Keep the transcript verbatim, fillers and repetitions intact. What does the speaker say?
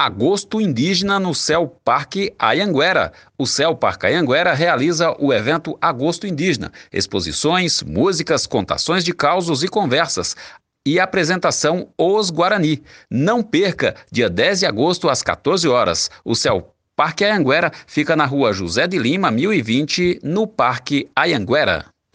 Agosto Indígena no Céu Parque Anhanguera. O Céu Parque Anhanguera realiza o evento Agosto Indígena. Exposições, músicas, contações de causos e conversas. E apresentação Os Guarani. Não perca, dia dez de agosto às quatorze horas. O Céu Parque Anhanguera fica na rua José de Lima, mil e vinte, no Parque Anhanguera.